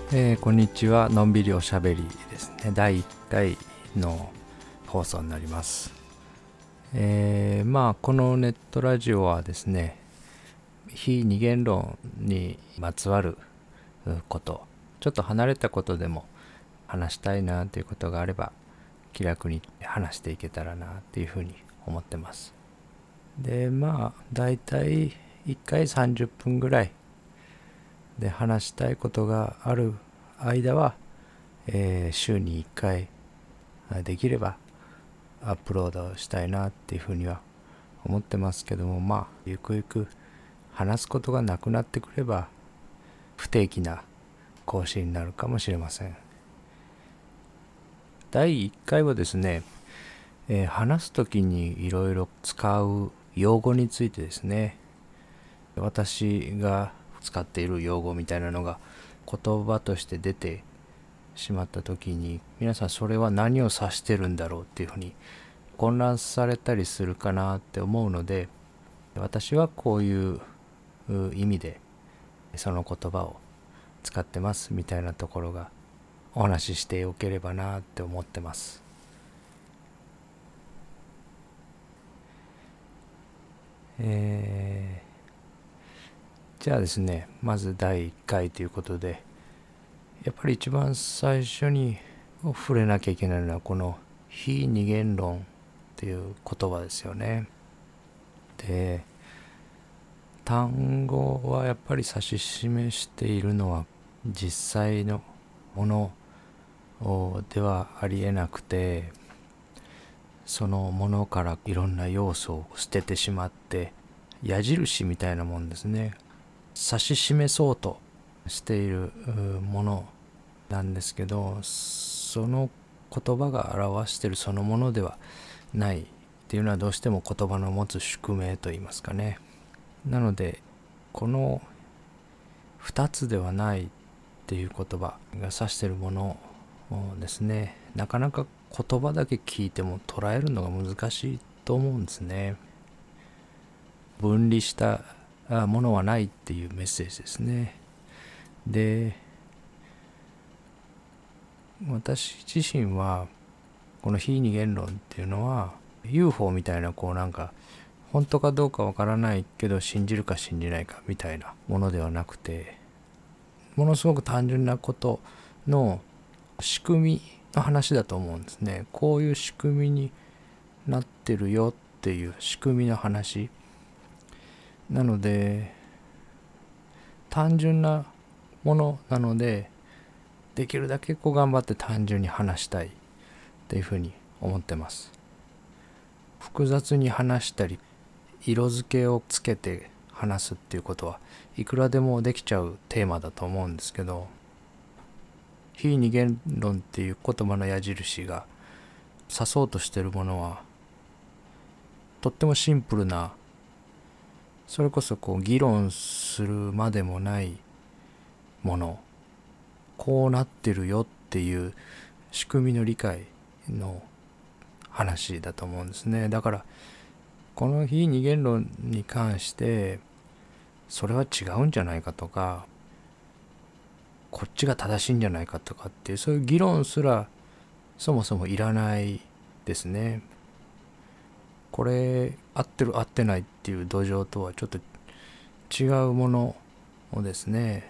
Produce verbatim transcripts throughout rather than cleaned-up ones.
えーこんにちは。のんびりおしゃべりですね。だいいっかいの放送になります。えーまあこのネットラジオはですね、非二元論にまつわること、ちょっと離れたことでも話したいなということがあれば気楽に話していけたらなっていうふうに思ってます。でまあだいたいいっかいさんじゅっぷんぐらいで話したいことがある間は、えー週にいっかいできればアップロードしたいなっていうふうには思ってますけども、まあゆくゆく話すことがなくなってくれば不定期な更新になるかもしれません。だいいっかいはですね、えー話すときにいろいろ使う用語についてですね、私が使っている用語みたいなのが言葉として出てしまった時に、皆さんそれは何を指してるんだろうっていうふうに混乱されたりするかなって思うので、私はこういう意味でその言葉を使ってますみたいなところがお話ししておければなって思ってます。えー、じゃあですね、まずだいいっかいということで、やっぱり一番最初に触れなきゃいけないのはこの非二元論っていう言葉ですよね。で、単語はやっぱり指し示しているのは実際のものではありえなくて、そのものからいろんな要素を捨ててしまって矢印みたいなもんですね、指し示そうとしているものなんですけど、その言葉が表しているそのものではないっていうのはどうしても言葉の持つ宿命といいますかね。なのでこのふたつではないっていう言葉が指しているものをですね、なかなか言葉だけ聞いても捉えるのが難しいと思うんですね。分離したものはないっていうメッセージですね。で、私自身はこの非二元論っていうのは ユーフォー みたいな、こうなんか本当かどうかわからないけど信じるか信じないかみたいなものではなくて、ものすごく単純なことの仕組みの話だと思うんですね。こういう仕組みになってるよっていう仕組みの話なので、単純なものなので、できるだけこう頑張って単純に話したいっていうふうに思ってます。複雑に話したり色付けをつけて話すっていうことはいくらでもできちゃうテーマだと思うんですけど、非二元論っていう言葉の矢印が指そうとしてるものはとってもシンプルな、それこそこう議論するまでもないもの、こうなってるよっていう仕組みの理解の話だと思うんですね。だからこの非二元論に関してそれは違うんじゃないかとか、こっちが正しいんじゃないかとかっていう、そういう議論すらそもそもいらないですね。これ合ってる合ってないっていう土壌とはちょっと違うものをですね。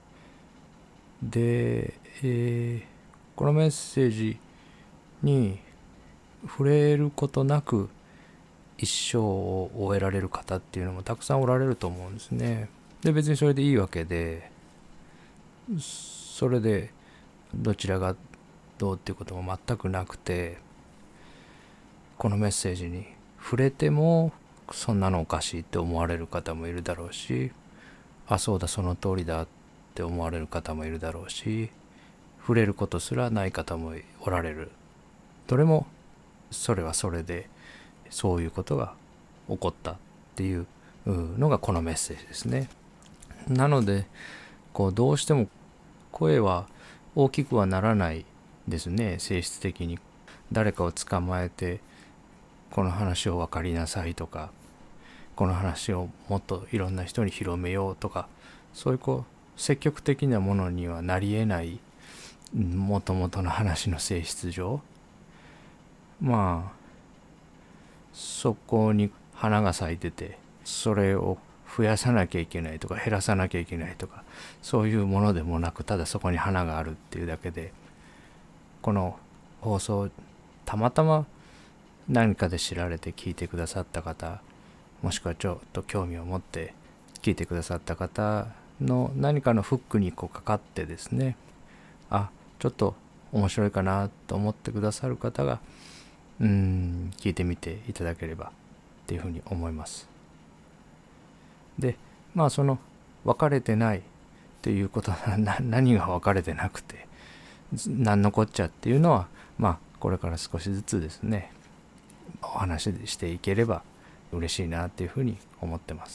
で、えーこのメッセージに触れることなく一生を終えられる方っていうのもたくさんおられると思うんですね。で、別にそれでいいわけで、それでどちらがどうっていうことも全くなくて、このメッセージに触れてもそんなのおかしいって思われる方もいるだろうし、あ、そうだその通りだって思われる方もいるだろうし、触れることすらない方もおられる。どれもそれはそれでそういうことが起こったっていうのがこのメッセージですね。なのでこうどうしても声は大きくはならないですね。性質的に誰かを捕まえてこの話を分かりなさいとか、この話をもっといろんな人に広めようとか、そういうこう積極的なものにはなり得ないもともとの話の性質上、まあそこに花が咲いててそれを増やさなきゃいけないとか減らさなきゃいけないとかそういうものでもなく、ただそこに花があるっていうだけで、この放送たまたま何かで知られて聞いてくださった方、もしくはちょっと興味を持って聞いてくださった方の何かのフックにこうかかってですね、あ、ちょっと面白いかなと思ってくださる方がうーん聞いてみていただければっていうふうに思います。で、まあその分かれてないっていうことはな何が分かれてなくて何のこっちゃっていうのは、まあこれから少しずつですねお話ししていければ嬉しいなっていうふうに思ってます。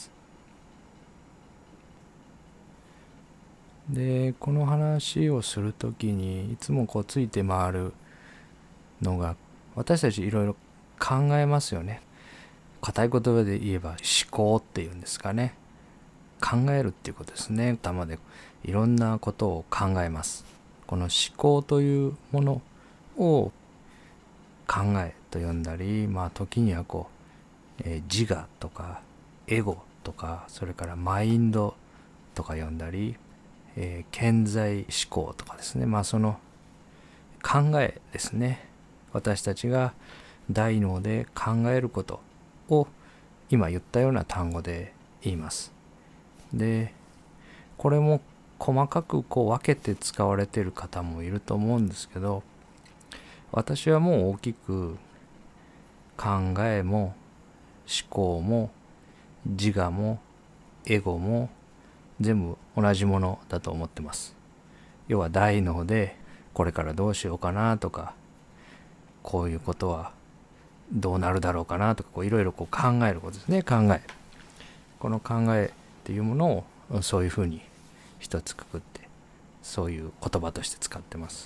で、この話をするときにいつもこうついて回るのが、私たちいろいろ考えますよね。固い言葉で言えば思考っていうんですかね。考えるっていうことですね。頭でいろんなことを考えます。この思考というものを考えと呼んだり、まあ時にはこう、えー、自我とかエゴとか、それからマインドとか呼んだり、えー、顕在思考とかですね。まあその考えですね。私たちが大脳で考えることを今言ったような単語で言います。で、これも細かくこう分けて使われている方もいると思うんですけど、私はもう大きく考えも思考も自我もエゴも全部同じものだと思ってます。要は大脳でこれからどうしようかなとか、こういうことはどうなるだろうかなとか、こういろいろこう考えることですね。考え、この考えっていうものをそういうふうに一つくくってそういう言葉として使ってます。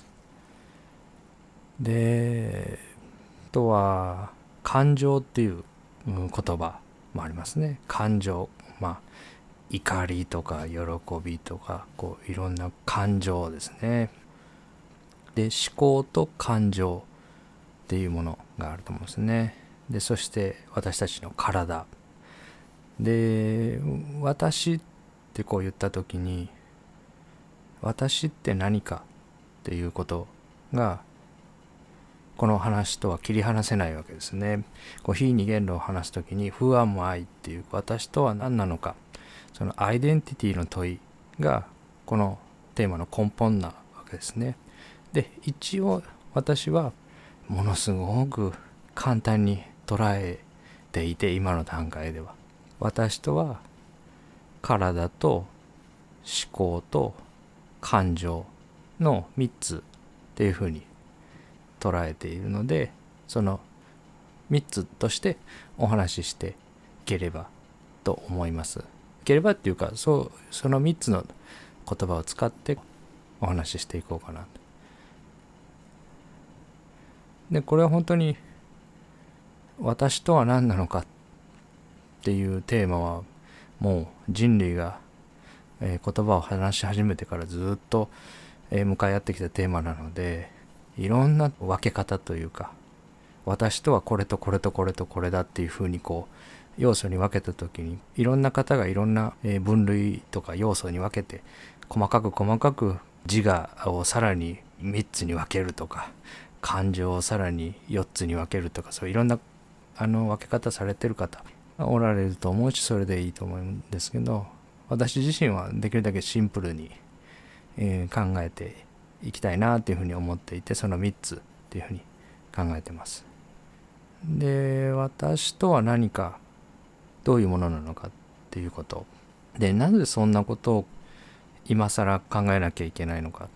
で、あとは感情っていう言葉もありますね。感情、まあ怒りとか喜びとか、こういろんな感情ですね。で、思考と感情っていうものがあると思うんですね。で、そして私たちの体で、私ってこう言った時に、私って何かっていうことがこの話とは切り離せないわけですね。こう非二元論を話すときに Who am I っていう私とは何なのか、そのアイデンティティの問いがこのテーマの根本なわけですね。で、一応私はものすごく簡単に捉えていて、今の段階では私とは体と思考と感情のみっつっていうふうに捉えているので、そのみっつとしてお話ししていければと思います。いければっていうか、そうそのみっつの言葉を使ってお話ししていこうかなと。で、これは本当に私とは何なのかっていうテーマはもう人類が、えー、言葉を話し始めてからずっと、えー、向かい合ってきたテーマなので、いろんな分け方というか、私とはこれとこれとこれとこれだっていうふうにこう要素に分けた時に、いろんな方がいろんな分類とか要素に分けて細かく細かく自我をさらにみっつに分けるとか、感情をさらによっつに分けるとか、そういろんなあの分け方されてる方おられると思うし、それでいいと思うんですけど、私自身はできるだけシンプルに、えー、考えていきたいなというふうに思っていて、そのみっつっていうふうに考えてます。で、私とは何か、どういうものなのかっていうことで、なぜそんなことを今更考えなきゃいけないのかって、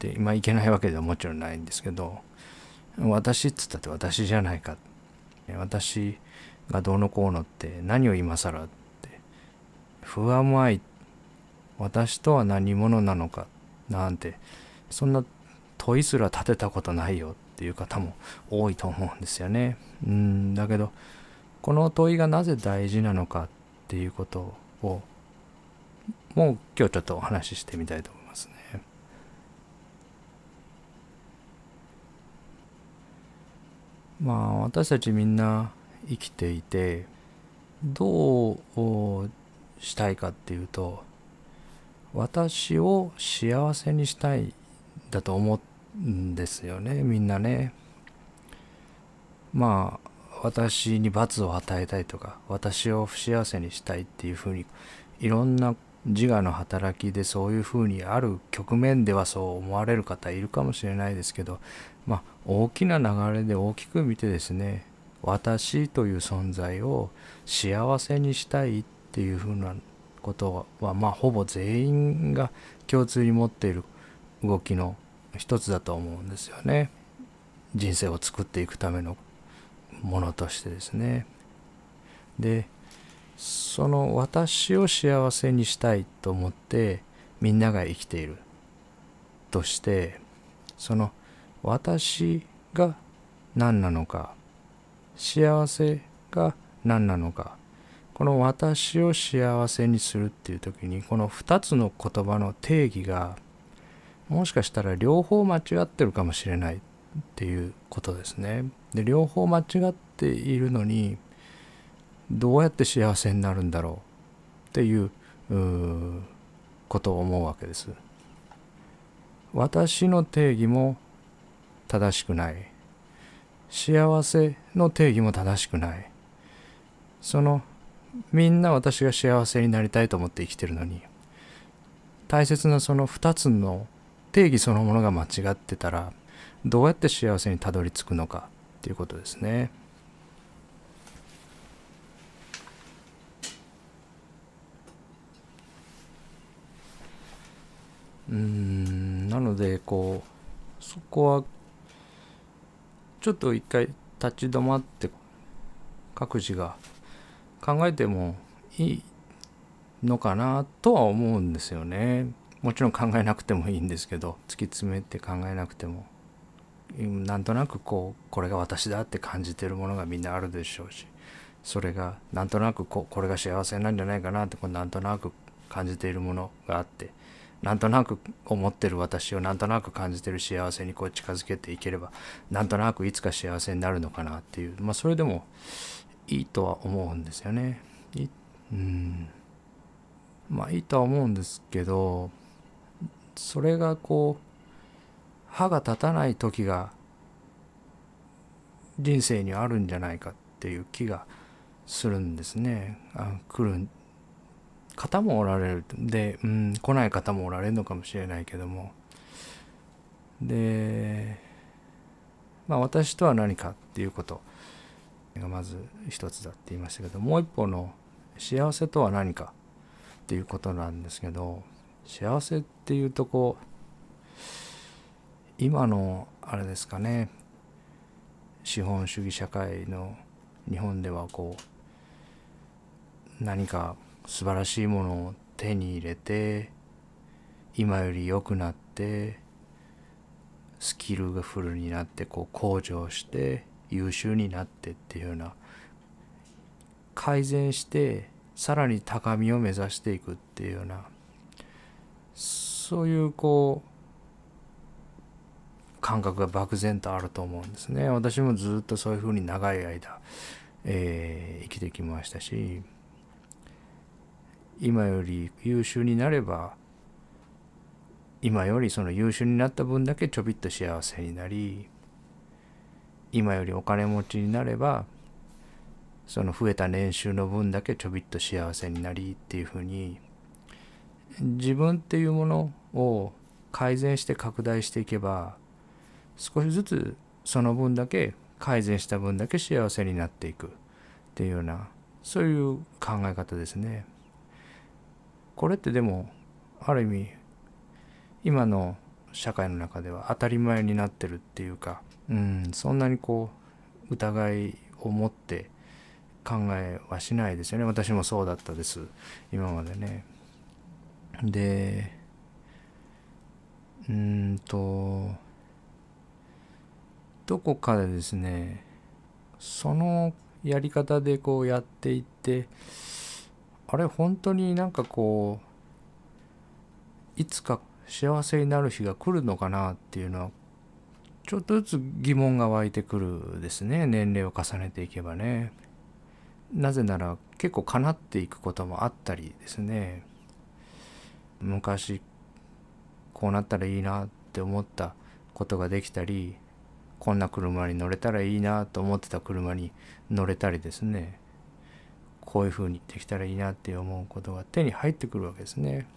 今いけないわけではもちろんないんですけど、私っつったって私じゃないか、私がどうのこうのって何を今更って、不安愛、私とは何者なのかなんて、そんな問いすら立てたことないよっていう方も多いと思うんですよね。うんだけど、この問いがなぜ大事なのかっていうことをも今日ちょっとお話ししてみたいと思いますね。まあ私たちみんな生きていてどうしたいかっていうと、私を幸せにしたいだと思うんですよね、みんなね。まあ私に罰を与えたいとか、私を不幸せにしたいっていうふうに、いろんな自我の働きでそういうふうにある局面ではそう思われる方いるかもしれないですけど、まあ大きな流れで大きく見てですね、私という存在を幸せにしたいっていうふうなことは、まあほぼ全員が共通に持っている動きの一つだと思うんですよね。人生を作っていくためのものとしてですね。で、その私を幸せにしたいと思ってみんなが生きているとして、その私が何なのか、幸せが何なのか、この私を幸せにするっていう時に、このふたつの言葉の定義がもしかしたら両方間違ってるかもしれないっていうことですね。で、両方間違っているのにどうやって幸せになるんだろうっていう、うことを思うわけです。私の定義も正しくない。幸せの定義も正しくない。そのみんな私が幸せになりたいと思って生きてるのに、大切なそのふたつの定義そのものが間違ってたら、どうやって幸せにたどり着くのかっていうことですね。うーんなのでこうそこはちょっと一回立ち止まって各自が考えてもいいのかなとは思うんですよね。もちろん考えなくてもいいんですけど、突き詰めて考えなくても、なんとなくこうこれが私だって感じてるものがみんなあるでしょうし、それがなんとなくこうこれが幸せなんじゃないかなってこうなんとなく感じているものがあって、なんとなく思ってる私をなんとなく感じてる幸せにこう近づけていければ、なんとなくいつか幸せになるのかなっていう、まあそれでもいいとは思うんですよね。いうんまあいいとは思うんですけど、それがこう歯が立たない時が人生にあるんじゃないかっていう気がするんですね。あ来る方もおられるで、うん、来ない方もおられるのかもしれないけども、で、まあ私とは何かっていうことがまず一つだって言いましたけど、もう一方の幸せとは何かっていうことなんですけど、幸せっていうとこう今のあれですかね、資本主義社会の日本ではこう何か素晴らしいものを手に入れて、今より良くなって、スキルがフルになってこう向上して優秀になってっていうような、改善してさらに高みを目指していくっていうような、そういうこう感覚が漠然とあると思うんですね。私もずっとそういうふうに長い間、えー生きてきましたし、今より優秀になれば今よりその優秀になった分だけちょびっと幸せになり、今よりお金持ちになればその増えた年収の分だけちょびっと幸せになりっていうふうに、自分っていうものを改善して拡大していけば、少しずつその分だけ改善した分だけ幸せになっていくっていうような、そういう考え方ですね。これってでもある意味今の社会の中では当たり前になってるっていうか、うん、そんなにこう疑いを持って考えはしないですよね。私もそうだったです、今までね。で、うーんとどこかでですね、そのやり方でこうやっていって、あれ本当になんかこいつか幸せになる日が来るのかなっていうのはちょっとずつ疑問が湧いてくるですね。年齢を重ねていけばね。なぜなら結構叶っていくこともあったりですね。昔こうなったらいいなって思ったことができたり、こんな車に乗れたらいいなと思ってた車に乗れたりですね、こういう風にできたらいいなって思うことが手に入ってくるわけですね。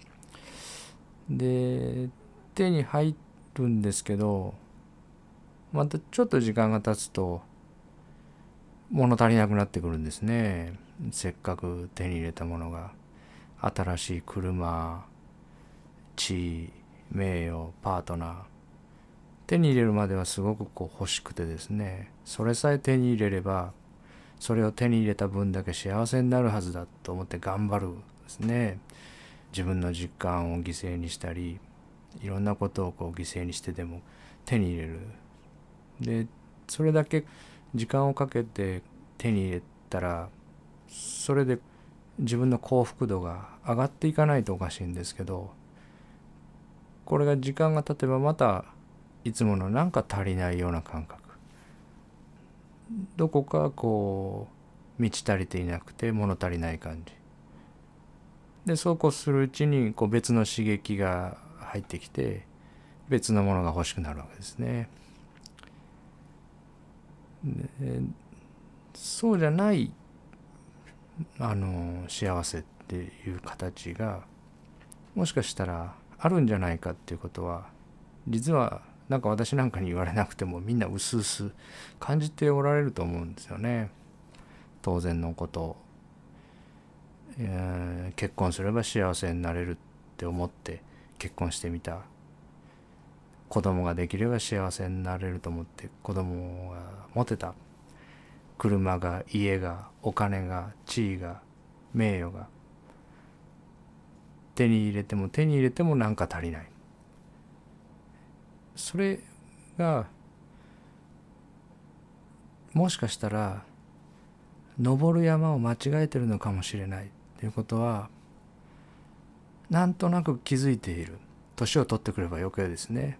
で手に入るんですけど、またちょっと時間が経つと物足りなくなってくるんですね。せっかく手に入れたものが、新しい車、地位、名誉、パートナー、手に入れるまではすごくこう欲しくてですね、それさえ手に入れればそれを手に入れた分だけ幸せになるはずだと思って頑張るんですね。自分の実感を犠牲にしたり、いろんなことをこう犠牲にしてでも手に入れる。でそれだけ時間をかけて手に入れたら、それで自分の幸福度が上がっていかないとおかしいんですけど、これが時間が経てばまたいつものなんか足りないような感覚、どこかこう満ち足りていなくて物足りない感じで、そうこうするうちにこう別の刺激が入ってきて別のものが欲しくなるわけですね。でそうじゃないあの幸せっていう形がもしかしたらあるんじゃないかっていうことは、実はなんか私なんかに言われなくてもみんなうすうす感じておられると思うんですよね。当然のこと、えー結婚すれば幸せになれるって思って結婚してみた。子供ができれば幸せになれると思って子供が持てた。車が、家が、お金が、地位が、名誉が、手に入れても手に入れてもなんか足りない。それがもしかしたら登る山を間違えてるのかもしれないということは、なんとなく気づいている。年を取ってくれば余計ですね。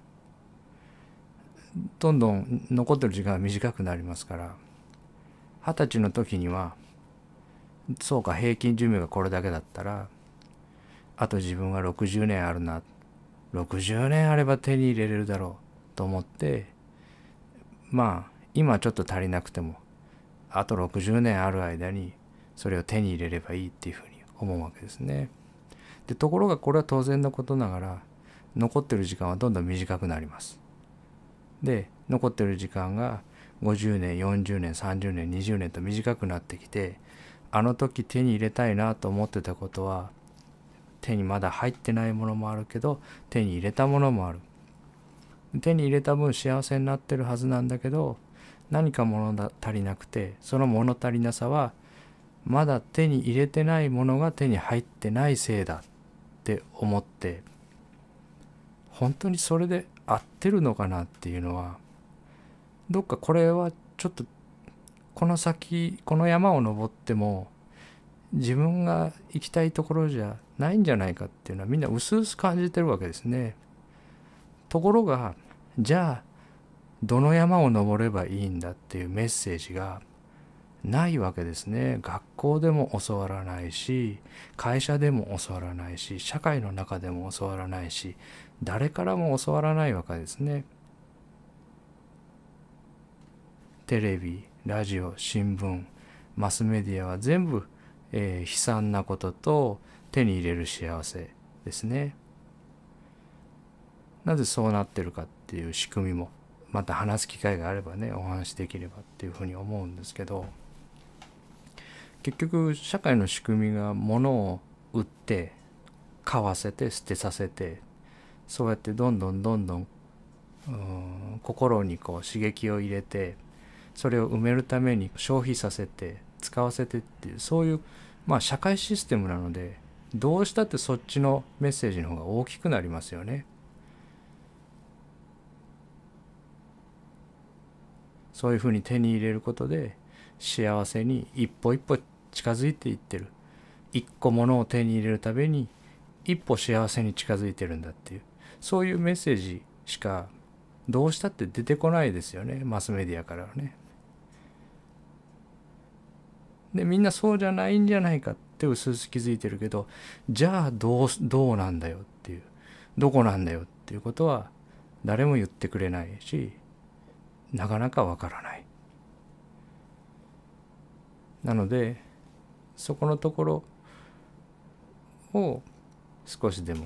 どんどん残ってる時間が短くなりますから、二十歳の時にはそうか、平均寿命がこれだけだったら、あと自分はろくじゅうねんあるな、ろくじゅうねんあれば手に入れれるだろうと思って、まあ今ちょっと足りなくてもあとろくじゅうねんある間にそれを手に入れればいいっていうふうに思うわけですね。でところがこれは当然のことながら、残ってる時間はどんどん短くなります。で残ってる時間がごじゅうねん、よんじゅうねん、さんじゅうねん、にじゅうねんと短くなってきて、あの時手に入れたいなと思ってたことは手にまだ入ってないものもあるけど、手に入れたものもある。手に入れた分幸せになってるはずなんだけど、何か物足りなくて、その物足りなさはまだ手に入れてないものが手に入ってないせいだって思って、本当にそれで合ってるのかなっていうのは、どっかこれはちょっとこの先この山を登っても自分が行きたいところじゃないんじゃないかっていうのはみんな薄々感じてるわけですね。ところがじゃあどの山を登ればいいんだっていうメッセージがないわけですね。学校でも教わらないし、会社でも教わらないし、社会の中でも教わらないし、誰からも教わらないわけですね。テレビ、ラジオ、新聞、マスメディアは全部、えー、悲惨なことと手に入れる幸せですね。なぜそうなってるかっていう仕組みもまた話す機会があればね、お話しできればっていうふうに思うんですけど、結局社会の仕組みが物を売って買わせて捨てさせて、そうやってどんどんどんどん、うん、心にこう刺激を入れて、それを埋めるために消費させて使わせてっていう、そういうまあ社会システムなので、どうしたってそっちのメッセージの方が大きくなりますよね。そういうふうに手に入れることで幸せに一歩一歩近づいていってる。一個ものを手に入れるたびに一歩幸せに近づいてるんだっていう、そういうメッセージしかどうしたって出てこないですよね、マスメディアからはね。でみんなそうじゃないんじゃないかってうすうす気づいてるけど、じゃあどうどうなんだよっていう、どこなんだよっていうことは誰も言ってくれないし、なかなかわからない。なのでそこのところを少しでも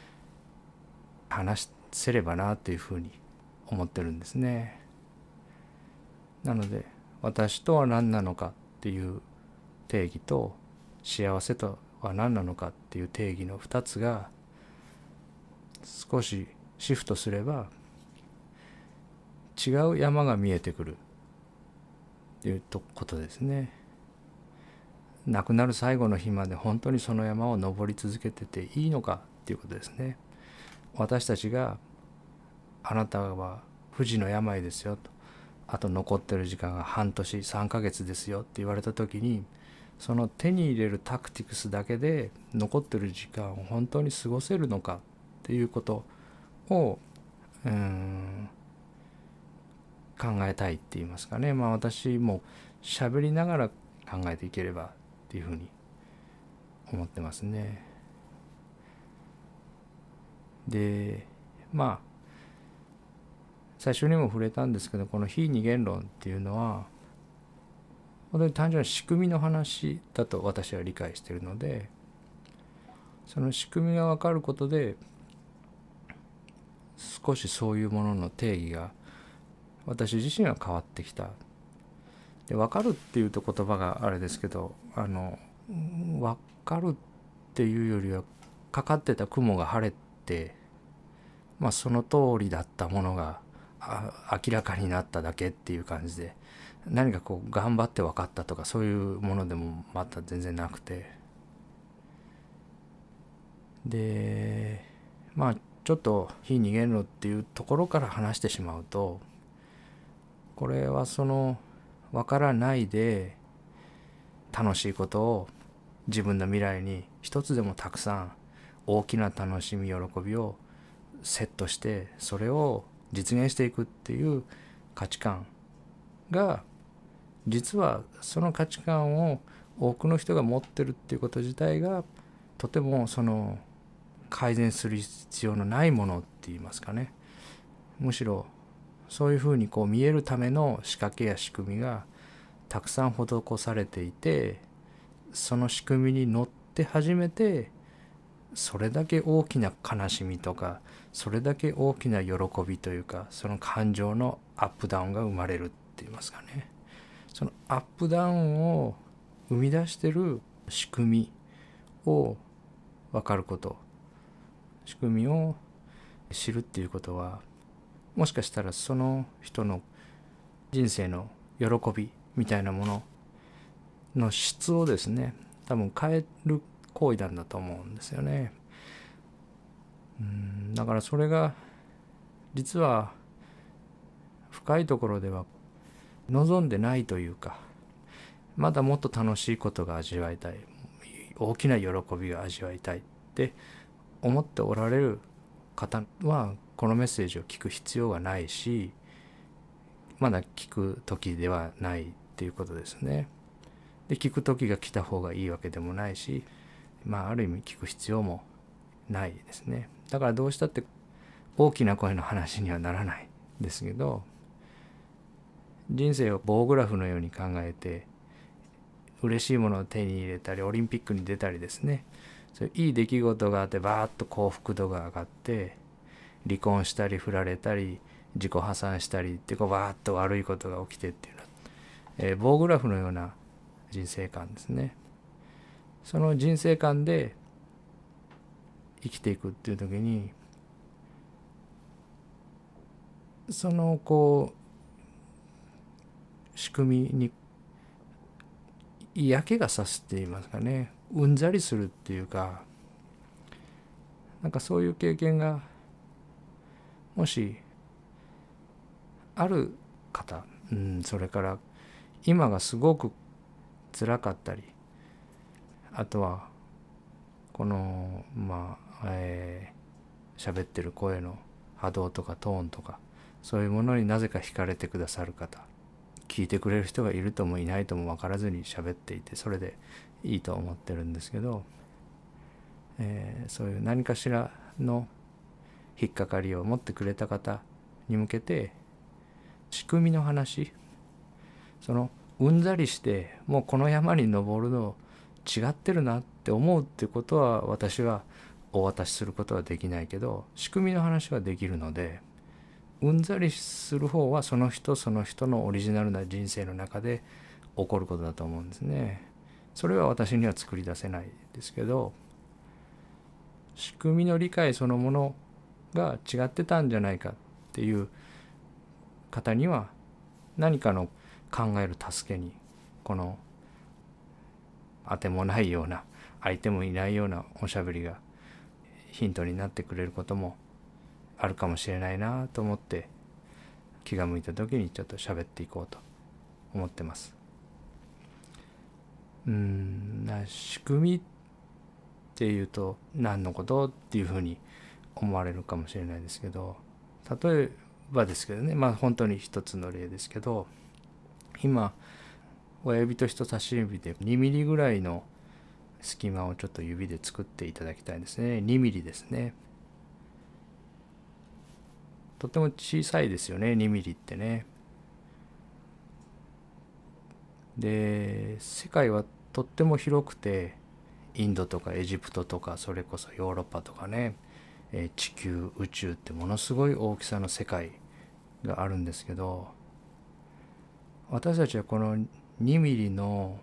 話せればなというふうに思ってるんですね。なので私とは何なのかっていう定義と、幸せとは何なのかっていう定義のふたつが少しシフトすれば違う山が見えてくるっていうことですね。亡くなる最後の日まで本当にその山を登り続けてていいのかっていうことですね。私たちがあなたは不治の病ですよと、あと残ってる時間が半年さんかげつですよって言われた時に、その手に入れるタクティクスだけで残ってる時間を本当に過ごせるのかっていうことをうーん考えたいって言いますかね。まあ私も喋りながら考えていければっていうふうに思ってますね。でまあ最初にも触れたんですけど、この非二元論っていうのは本当に単純な仕組みの話だと私は理解しているので、その仕組みが分かることで少しそういうものの定義が私自身は変わってきた。で分かるっていうと言葉があれですけど、あの分かるっていうよりはかかってた雲が晴れて、まあその通りだったものが明らかになっただけっていう感じで、何かこう頑張って分かったとかそういうものでもまた全然なくて、でまあちょっと非二元論っていうところから話してしまうと、これはその分からないで楽しいことを自分の未来に一つでもたくさん大きな楽しみ喜びをセットして、それを実現していくっていう価値観が、実はその価値観を多くの人が持ってるっていうこと自体がとてもその改善する必要のないものって言いますかね。むしろそういうふうにこう見えるための仕掛けや仕組みがたくさん施されていて、その仕組みに乗って初めてそれだけ大きな悲しみとか、それだけ大きな喜びというか、その感情のアップダウンが生まれるって言いますかね。そのアップダウンを生み出してる仕組みを分かること、仕組みを知るっていうことは、もしかしたらその人の人生の喜びみたいなものの質をですね、多分変える行為なんだと思うんですよね。うんだからそれが実は深いところでは望んでないというか、まだもっと楽しいことが味わいたい、大きな喜びが味わいたいって思っておられる方はこのメッセージを聞く必要がないし、まだ聞く時ではないっていうことですね。で聞く時が来た方がいいわけでもないし、まあある意味聞く必要もないですね。だからどうしたって大きな声の話にはならないんですけど、人生を棒グラフのように考えて、嬉しいものを手に入れたりオリンピックに出たりですね、そういういい出来事があってバーッと幸福度が上がって、離婚したり振られたり自己破産したりってこうバーッと悪いことが起きてっていうのは、えー、棒グラフのような人生観ですね。その人生観で生きていくっていう時に、そのこう仕組みに嫌気がさすって言いますかね、うんざりするっていうか、なんかそういう経験がもしある方、うん、それから今がすごく辛かったり、あとはこのまえー、喋ってる声の波動とかトーンとか、そういうものになぜか惹かれてくださる方、聞いてくれる人がいるともいないとも分からずに喋っていて、それでいいと思ってるんですけど、えー、そういう何かしらの引っかかりを持ってくれた方に向けて、仕組みの話、そのうんざりしてもうこの山に登るの違ってるなって思うってことは私はお渡しすることはできないけど、仕組みの話はできるので、うんざりする方はその人その人のオリジナルな人生の中で起こることだと思うんですね。それは私には作り出せないですけど、仕組みの理解そのものが違ってたんじゃないかっていう方には、何かの考える助けに、このあてもないような相手もいないようなおしゃべりがヒントになってくれることもあるかもしれないなと思って、気が向いた時にちょっと喋っていこうと思ってます。うーんな仕組みっていうと何のことっていうふうに思われるかもしれないですけど、例えばですけどね、まあ本当に一つの例ですけど、今親指と人差し指でにミリぐらいの隙間をちょっと指で作っていただきたいんですね。にミリですね。とても小さいですよね、にミリってね。で、世界はとっても広くて、インドとかエジプトとか、それこそヨーロッパとかね、えー地球、宇宙ってものすごい大きさの世界があるんですけど、私たちはこのにミリの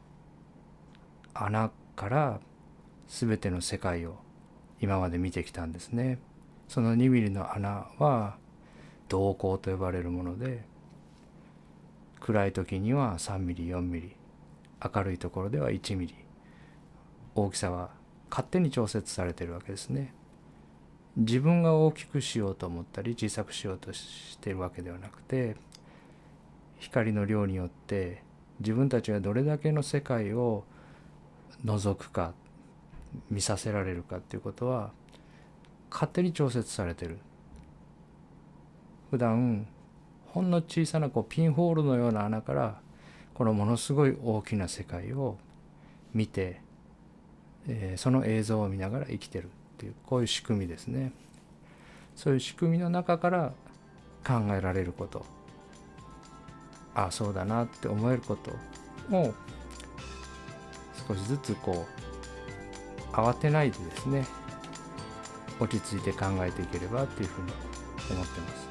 穴から全ての世界を今まで見てきたんですね。そのにミリの穴は瞳孔と呼ばれるもので、暗い時にはさんミリ、よんミリ、明るいところではいちミリ、大きさは勝手に調節されているわけですね。自分が大きくしようと思ったり小さくしようとしているわけではなくて、光の量によって自分たちがどれだけの世界を覗くか見させられるかっていうことは勝手に調節されている。普段ほんの小さなこうピンホールのような穴からこのものすごい大きな世界を見て、えーその映像を見ながら生きてるっていう、こういう仕組みですね。そういう仕組みの中から考えられること、ああそうだなって思えることを少しずつこう慌てないでですね、落ち着いて考えていければっていうふうに思ってます。